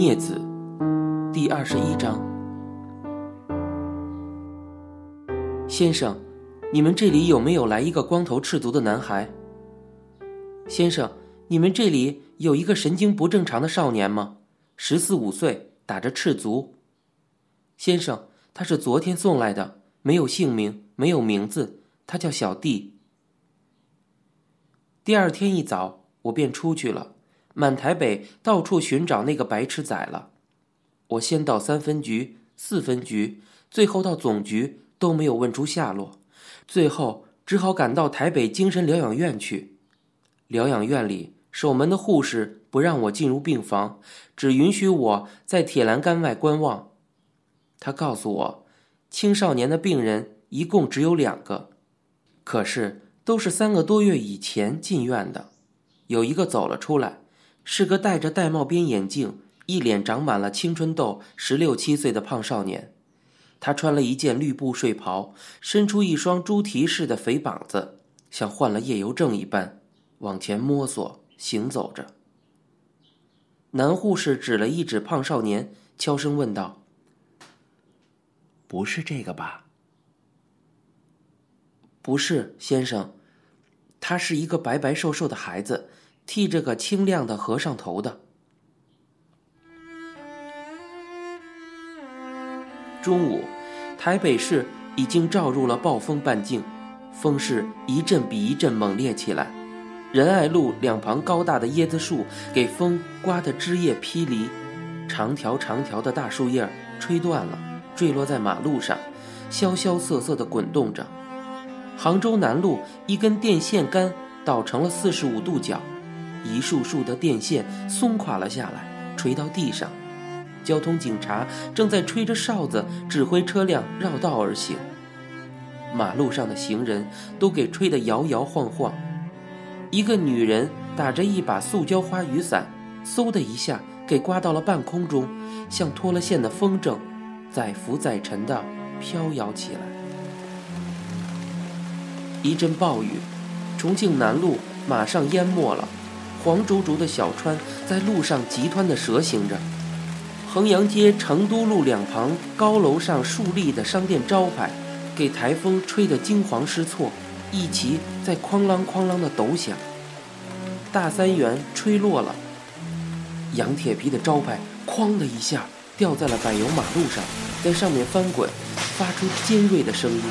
孽子第21章。先生，你们这里有没有来一个光头赤足的男孩？先生，你们这里有一个神经不正常的少年吗？14、15岁，打着赤足。先生，他是昨天送来的，没有姓名，没有名字，他叫小弟。第二天一早，我便出去了，满台北到处寻找那个白痴仔了。我先到3分局、4分局，最后到总局，都没有问出下落。最后只好赶到台北精神疗养院去。疗养院里，守门的护士不让我进入病房，只允许我在铁栏杆外观望。他告诉我，青少年的病人一共只有2个，可是都是3个多月以前进院的。有一个走了出来，是个戴着玳瑁边眼镜、一脸长满了青春痘16、17岁的胖少年。他穿了一件绿布睡袍，伸出一双猪蹄似的肥膀子，像患了夜游症一般往前摸索行走着。男护士指了一指胖少年，悄声问道：“不是这个吧？”“不是，先生，他是一个白白瘦瘦的孩子，剃着个清亮的和尚头的。”中午，台北市已经照入了暴风半径，风势一阵比一阵猛烈起来。仁爱路2旁高大的椰子树给风刮得枝叶披离，长条长条的大树叶吹断了，坠落在马路上，萧萧瑟瑟地滚动着。杭州南路一根电线杆倒成了45度角，一束束的电线松垮了下来，垂到地上。交通警察正在吹着哨子指挥车辆绕道而行，马路上的行人都给吹得摇摇晃晃。一个女人打着一把塑胶花雨伞，嗖的一下给刮到了半空中，像脱了线的风筝，载浮载沉地飘摇起来。一阵暴雨，重庆南路马上淹没了，黄竹竹的小川在路上急湍地蛇行着。衡阳街成都路2旁高楼上竖立的商店招牌给台风吹得惊慌失措，一齐在哐啷哐啷的抖响。大三元吹落了，洋铁皮的招牌哐的一下掉在了柏油马路上，在上面翻滚，发出尖锐的声音。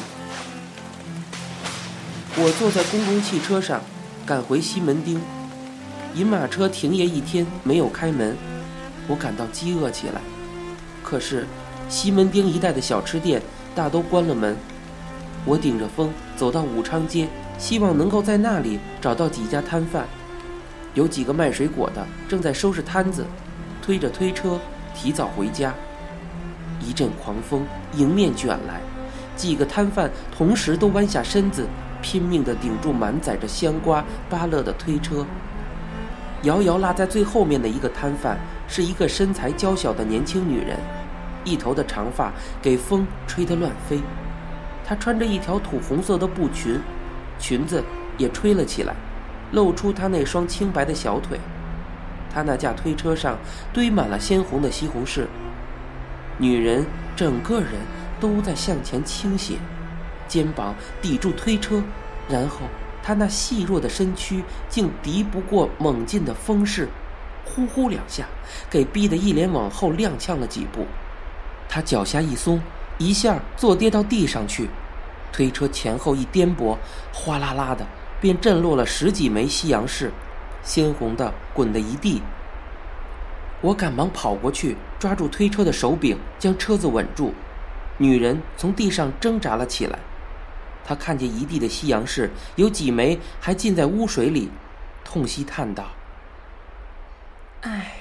我坐在公共汽车上赶回西门町，饮马车停业1天没有开门，我感到饥饿起来。可是西门町一带的小吃店大都关了门。我顶着风走到武昌街，希望能够在那里找到几家摊贩。有几个卖水果的正在收拾摊子，推着推车提早回家。一阵狂风迎面卷来，几个摊贩同时都弯下身子，拼命地顶住满载着香瓜、芭乐的推车。遥遥落在最后面的一个摊贩是一个身材娇小的年轻女人，一头的长发给风吹得乱飞。她穿着一条土红色的布裙，裙子也吹了起来，露出她那双清白的小腿。她那架推车上堆满了鲜红的西红柿。女人整个人都在向前倾斜，肩膀抵住推车，然后她那细弱的身躯竟敌不过猛劲的风势，呼呼2下给逼得一连往后踉跄了几步。她脚下一松，一下坐跌到地上去，推车前后一颠簸，哗啦啦的便震落了10几枚西洋柿，鲜红的滚得一地。我赶忙跑过去抓住推车的手柄，将车子稳住。女人从地上挣扎了起来，她看见一地的西洋柿，有几枚还浸在污水里，痛惜叹道：“哎呀！”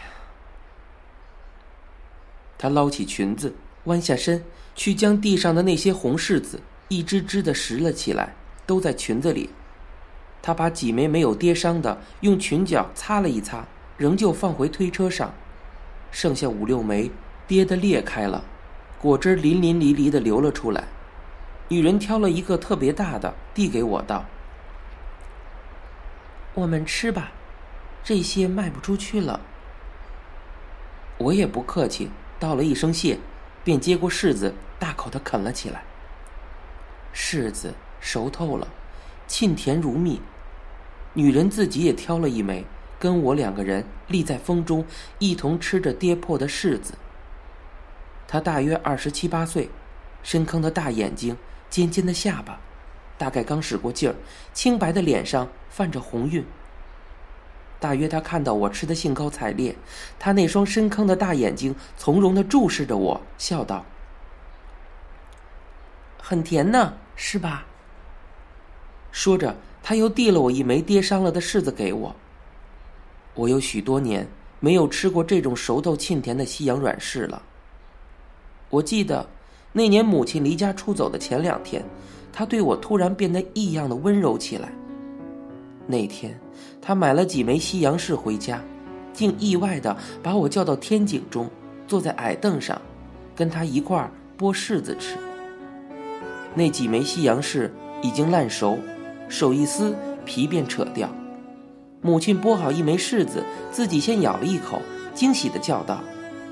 她捞起裙子，弯下身去将地上的那些红柿子一只只地拾了起来，都在裙子里。她把几枚没有跌伤的用裙角擦了一擦，仍旧放回推车上。剩下5、6枚跌得裂开了，果汁淋淋漓漓地流了出来。女人挑了一个特别大的递给我道：“我们吃吧，这些卖不出去了。” 我也不客气，道了一声谢，便接过柿子大口地啃了起来。柿子熟透了，沁甜如蜜。女人自己也挑了一枚，跟我2个人立在风中，一同吃着跌破的柿子。她大约27、8岁，深坑的大眼睛，尖尖的下巴，大概刚使过劲儿，清白的脸上泛着红晕。大约她看到我吃得兴高采烈，她那双深坑的大眼睛从容地注视着我，笑道：“很甜呢，是吧？”说着，她又递了我一枚跌伤了的柿子给我。我有许多年没有吃过这种熟透沁甜的西洋软柿了。我记得那年母亲离家出走的前2天，她对我突然变得异样的温柔起来。那天她买了几枚西洋柿回家，竟意外地把我叫到天井中，坐在矮凳上，跟她一块儿剥柿子吃。那几枚西洋柿已经烂熟，手一撕，皮便扯掉。母亲剥好一枚柿子，自己先咬了一口，惊喜地叫道：“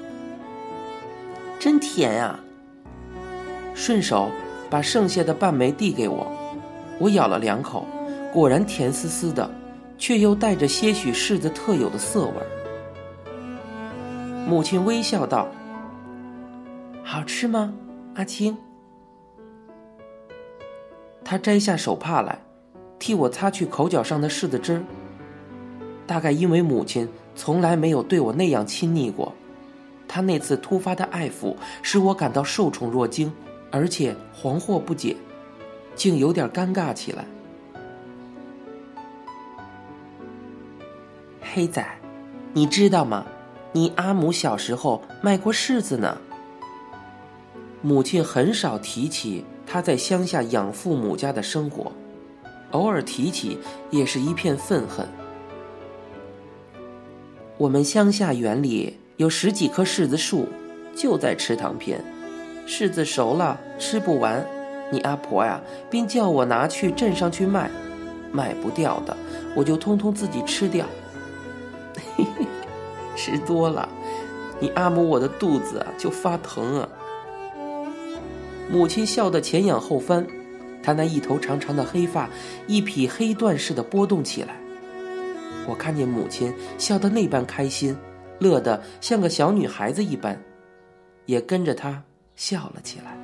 真甜啊！”顺手把剩下的半枚递给我，我咬了2口，果然甜丝丝的，却又带着些许柿子特有的涩味。母亲微笑道：“好吃吗，阿青？”她摘下手帕来，替我擦去口角上的柿子汁儿。大概因为母亲从来没有对我那样亲昵过，她那次突发的爱抚使我感到受宠若惊，而且惶惑不解，竟有点尴尬起来。黑仔，你知道吗？你阿母小时候卖过柿子呢。母亲很少提起她在乡下养父母家的生活，偶尔提起也是一片愤恨。我们乡下园里有10几棵柿子树，就在池塘边。柿子熟了吃不完，你阿婆呀便叫我拿去镇上去卖，卖不掉的我就通通自己吃掉。吃多了，你阿母我的肚子就发疼啊。母亲笑得前仰后翻，她那一头长长的黑发一匹黑缎似的波动起来。我看见母亲笑得那般开心，乐得像个小女孩子一般，也跟着她笑了起来。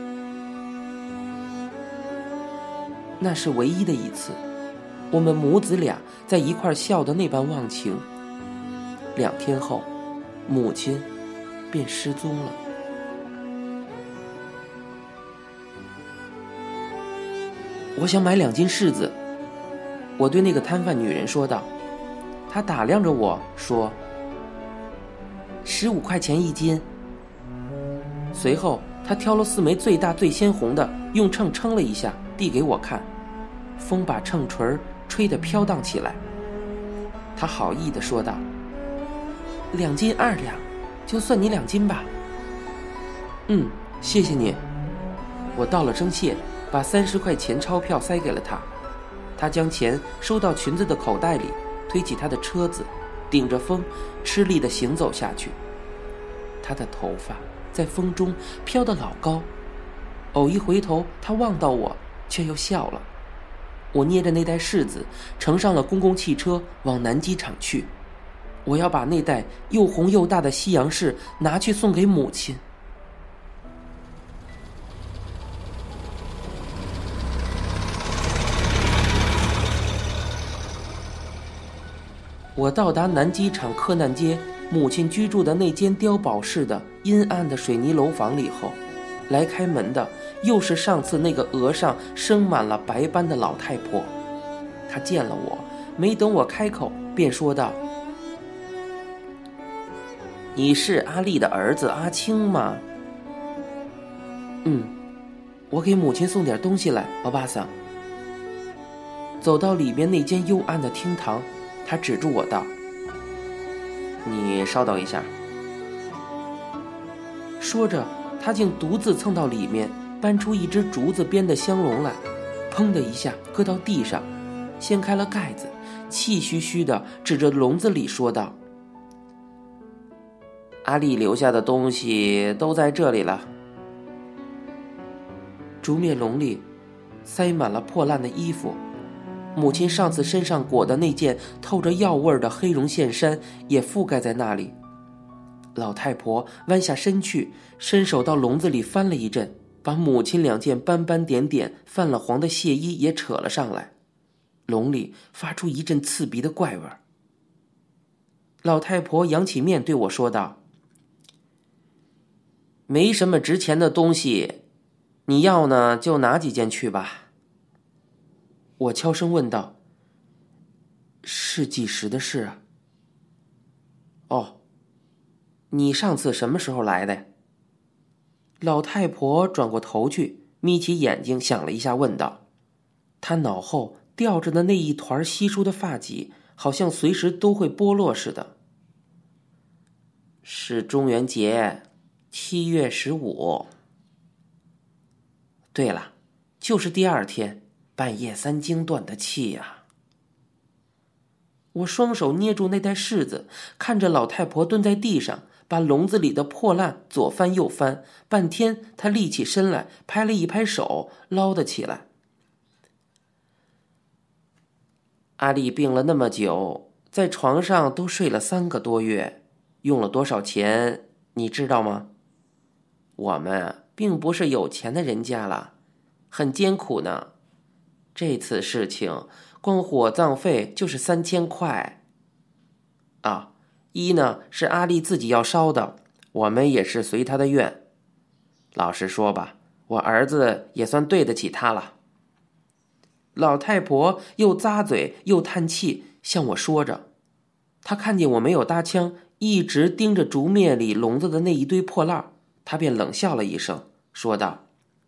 那是唯一的一次，我们母子俩在一块笑得那般忘情。2天后，母亲便失踪了。我想买2斤柿子，我对那个摊贩女人说道。她打量着我说：“15块钱1斤。”随后她挑了4枚最大最鲜红的，用秤称了一下，递给我看。风把秤锤吹得飘荡起来。她好意地说道：“2斤2两，就算你2斤吧。”“谢谢你。”我道了声谢，把30块钱钞票塞给了她。她将钱收到裙子的口袋里，推起她的车子，顶着风吃力地行走下去。她的头发在风中飘得老高，偶一回头，她望到我，却又笑了。我捏着那袋柿子，乘上了公共汽车，往南机场去。我要把那袋又红又大的西洋柿拿去送给母亲。我到达南机场客难街母亲居住的那间碉堡式的阴暗的水泥楼房里后，来开门的又是上次那个额上生满了白斑的老太婆。她见了我，没等我开口，便说道：“你是阿丽的儿子阿青吗？”“我给母亲送点东西来，老爸桑。”走到里面那间幽暗的厅堂，他指住我道：“你稍等一下。”说着，他竟独自蹭到里面，搬出一只竹子编的香笼来，砰的一下搁到地上，掀开了盖子，气吁吁地指着笼子里说道：“ 阿丽留下的东西都在这里了。竹篾笼里塞满了破烂的衣服，母亲上次身上裹的那件透着药味的黑绒线衫也覆盖在那里。老太婆弯下身去，伸手到笼子里翻了一阵，把母亲2件斑斑点点泛了黄的亵衣也扯了上来，笼里发出一阵刺鼻的怪味。老太婆扬起面对我说道：没什么值钱的东西，你要呢就拿几件去吧。我悄声问道：是几时的事啊？哦，你上次什么时候来的？老太婆转过头去，眯起眼睛想了一下问道。她脑后吊着的那一团稀疏的发髻好像随时都会剥落似的。是中元节，7月15。对了，就是第2天，半夜3更断的气呀。我双手捏住那袋柿子，看着老太婆蹲在地上，把笼子里的破烂左翻右翻，半天她立起身来，拍了一拍手，捞得起来。阿丽病了那么久，在床上都睡了3个多月，用了多少钱你知道吗？我们并不是有钱的人家了，很艰苦呢。这次事情光火葬费就是3000块。啊，一呢是阿丽自己要烧的，我们也是随她的愿。老实说吧，我儿子也算对得起她了。老太婆又咂嘴又叹气，向我说着。她看见我没有搭腔，一直盯着竹篾里笼子的那一堆破烂，她便冷笑了一声，说道：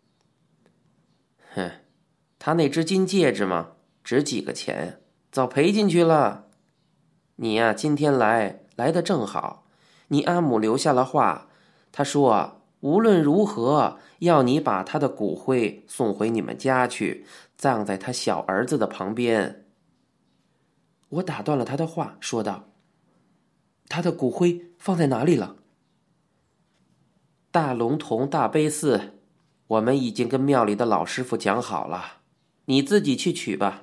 哼，他那只金戒指嘛，值几个钱呀，早赔进去了。你呀，今天来得正好。你阿母留下了话，她说无论如何要你把他的骨灰送回你们家去，葬在他小儿子的旁边。我打断了他的话，说道：他的骨灰放在哪里了？大龙峒大悲寺，我们已经跟庙里的老师傅讲好了，你自己去取吧。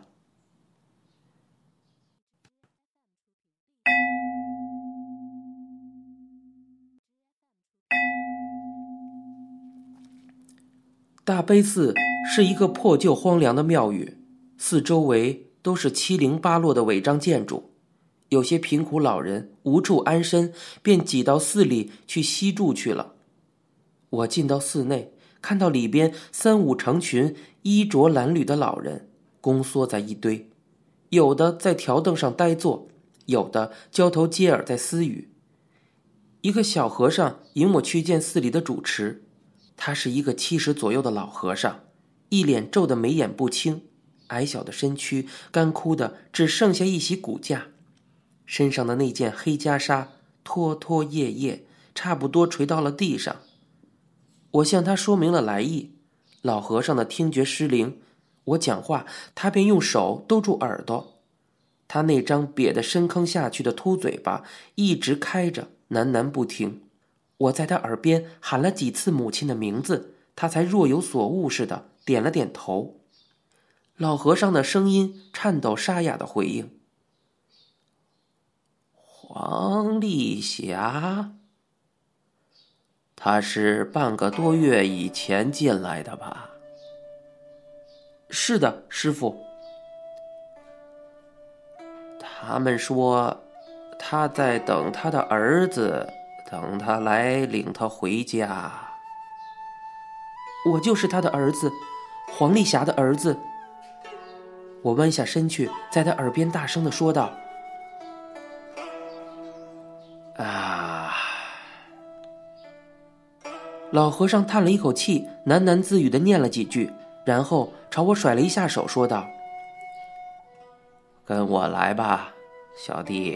大悲寺是一个破旧荒凉的庙宇，四周围都是七零八落的违章建筑，有些贫苦老人无处安身，便挤到寺里去西住去了。我进到寺内，看到里边3、5成群衣着褴褛的老人弓缩在一堆，有的在条凳上呆坐，有的交头接耳在私语。一个小和尚引我去见寺里的主持，他是一个70左右的老和尚，一脸皱得眉眼不清，矮小的身躯干枯的只剩下一袭骨架，身上的那件黑袈裟拖拖曳曳，差不多垂到了地上。我向他说明了来意，老和尚的听觉失灵，我讲话他便用手兜住耳朵，他那张瘪得深坑下去的秃嘴巴一直开着，喃喃不停。我在他耳边喊了几次母亲的名字，他才若有所悟似的点了点头。老和尚的声音颤抖沙哑的回应：黄丽霞，他是半个多月以前进来的吧？是的，师父。他们说他在等他的儿子，等他来领他回家。我就是他的儿子，黄丽霞的儿子。我弯下身去，在他耳边大声地说道：啊！老和尚叹了一口气，喃喃自语地念了几句，然后朝我甩了一下手，说道：跟我来吧，小弟。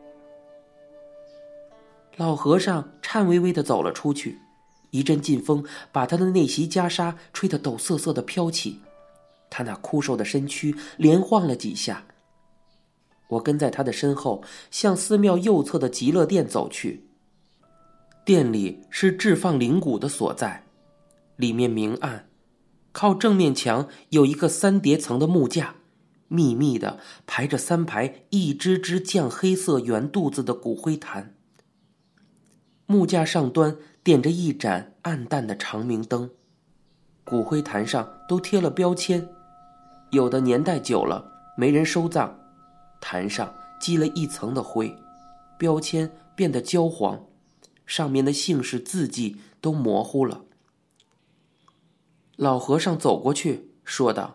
老和尚颤巍巍地走了出去，一阵劲风把他的那袭袈裟吹得抖瑟瑟地飘起，他那枯瘦的身躯连晃了几下。我跟在他的身后，向寺庙右侧的极乐殿走去。 店里是置放灵骨的所在，里面明暗，靠正面墙有一个3叠层的木架，密密地排着3排一只只绛黑色圆肚子的骨灰坛。木架上端点着一盏暗淡的长明灯，骨灰坛上都贴了标签，有的年代久了没人收葬，坛上积了一层的灰，标签变得焦黄，上面的姓氏字迹都模糊了。老和尚走过去说道：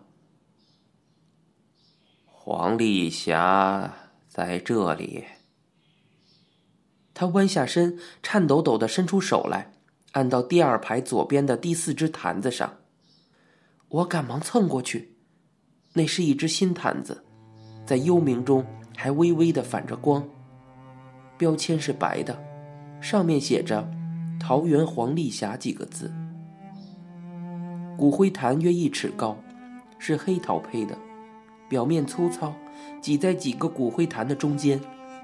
黄丽霞在这里。他弯下身，颤抖抖地伸出手来，按到第2排左边的第4只坛子上。我赶忙蹭过去，那是一只新坛子，在幽冥中还微微地反着光，标签是白的，上面写着桃园黄丽霞几个字。骨灰坛约1尺高，是黑陶胚的，表面粗糙，挤在几个骨灰坛的中间。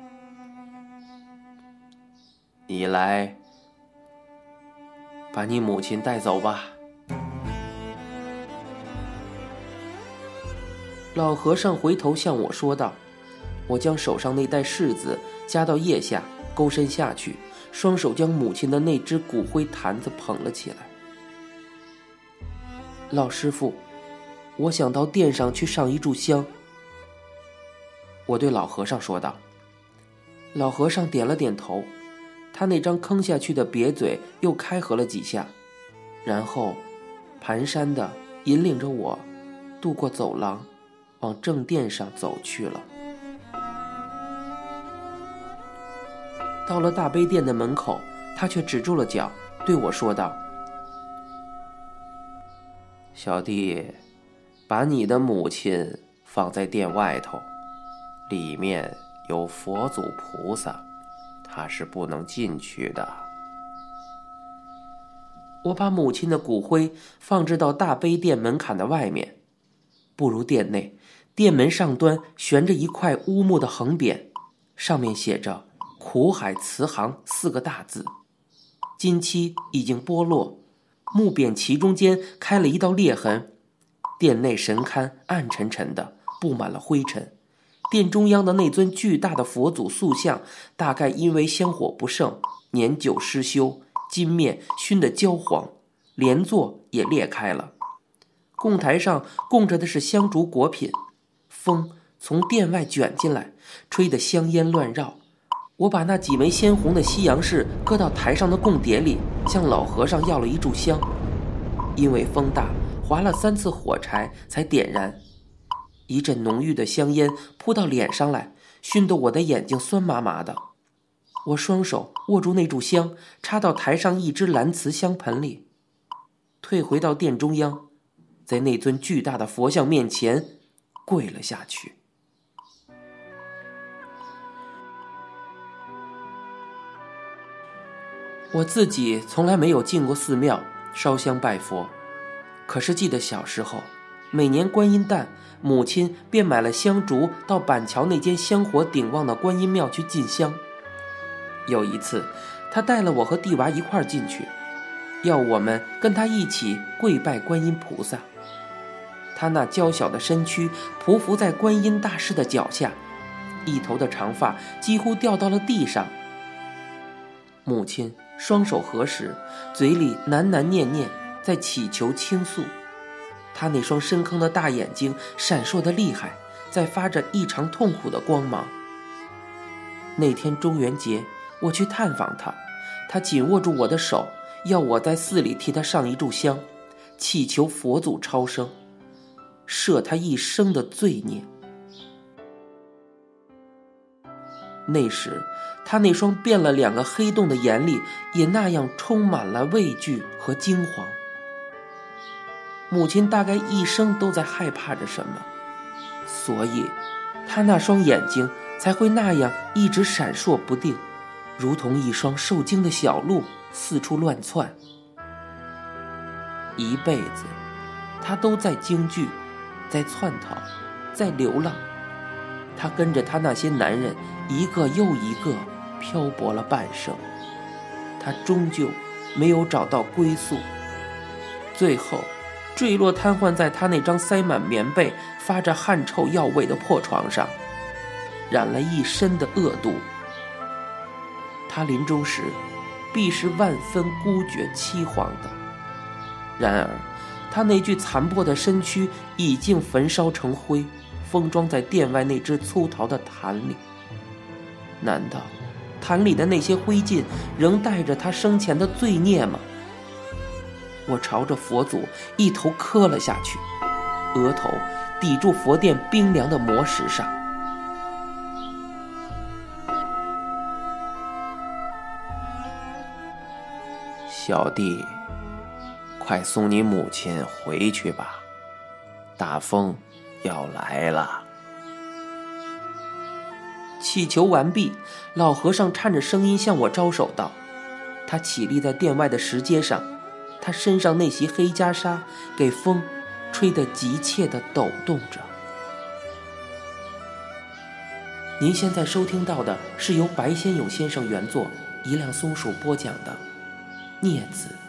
你来，把你母亲带走吧。老和尚回头向我说道。我将手上那袋柿子夹到腋下，勾身下去，双手将母亲的那只骨灰坛子捧了起来。老师傅，我想到殿上去上一炷香。我对老和尚说道。老和尚点了点头，他那张坑下去的瘪嘴又开合了几下，然后蹒跚地引领着我渡过走廊，往正殿上走去了。到了大悲殿的门口，他却止住了脚，对我说道：小弟，把你的母亲放在殿外头，里面有佛祖菩萨，他是不能进去的。我把母亲的骨灰放置到大悲殿门槛的外面，步入殿内，殿门上端悬着一块乌木的横匾，上面写着苦海慈航4个大字，金漆已经剥落，木匾旗中间开了一道裂痕，殿内神龛暗沉沉的，布满了灰尘。殿中央的那尊巨大的佛祖塑像，大概因为香火不盛，年久失修，金面熏得焦黄，莲座也裂开了。供台上供着的是香烛果品，风从殿外卷进来，吹得香烟乱绕。我把那几枚鲜红的西洋柿搁到台上的供碟里，向老和尚要了一炷香。因为风大，划了3次火柴才点燃，一阵浓郁的香烟扑到脸上来，熏得我的眼睛酸麻麻的。我双手握住那炷香，插到台上一只蓝瓷香盆里，退回到殿中央，在那尊巨大的佛像面前跪了下去。我自己从来没有进过寺庙烧香拜佛，可是记得小时候，每年观音诞，母亲便买了香烛到板桥那间香火鼎旺的观音庙去进香。有一次，她带了我和弟娃一块儿进去，要我们跟她一起跪拜观音菩萨。她那娇小的身躯匍匐在观音大士的脚下，一头的长发几乎掉到了地上。母亲双手合十，嘴里喃喃念念，在祈求倾诉。她那双深坑的大眼睛闪烁得厉害，在发着异常痛苦的光芒。那天中元节，我去探访她，她紧握住我的手，要我在寺里替她上一炷香，祈求佛祖超生，赦她一生的罪孽。那时他那双变了2个黑洞的眼里也那样充满了畏惧和惊惶。母亲大概一生都在害怕着什么，所以他那双眼睛才会那样一直闪烁不定，如同一双受惊的小鹿四处乱窜。一辈子他都在惊惧，在窜逃，在流浪。他跟着他那些男人一个又一个漂泊了半生， 他终究没有找到归宿，最后坠落瘫痪在他那张塞满棉被、发着汗臭药味的破床上，染了一身的恶毒。他临终时必是万分孤绝凄惶的，然而他那具残破的身躯已经焚烧成灰，封装在殿外那只粗陶的坛里。难道坛里的那些灰烬仍带着他生前的罪孽吗？我朝着佛祖一头磕了下去，额头抵住佛殿冰凉的魔石上。小弟，快送你母亲回去吧，大风要来了。祈求完毕，老和尚颤着声音向我招手道。他起立在殿外的石阶上，他身上那袭黑袈裟给风吹得急切地抖动着。您现在收听到的是由白先勇先生原作，一辆松鼠播讲的《孽子》。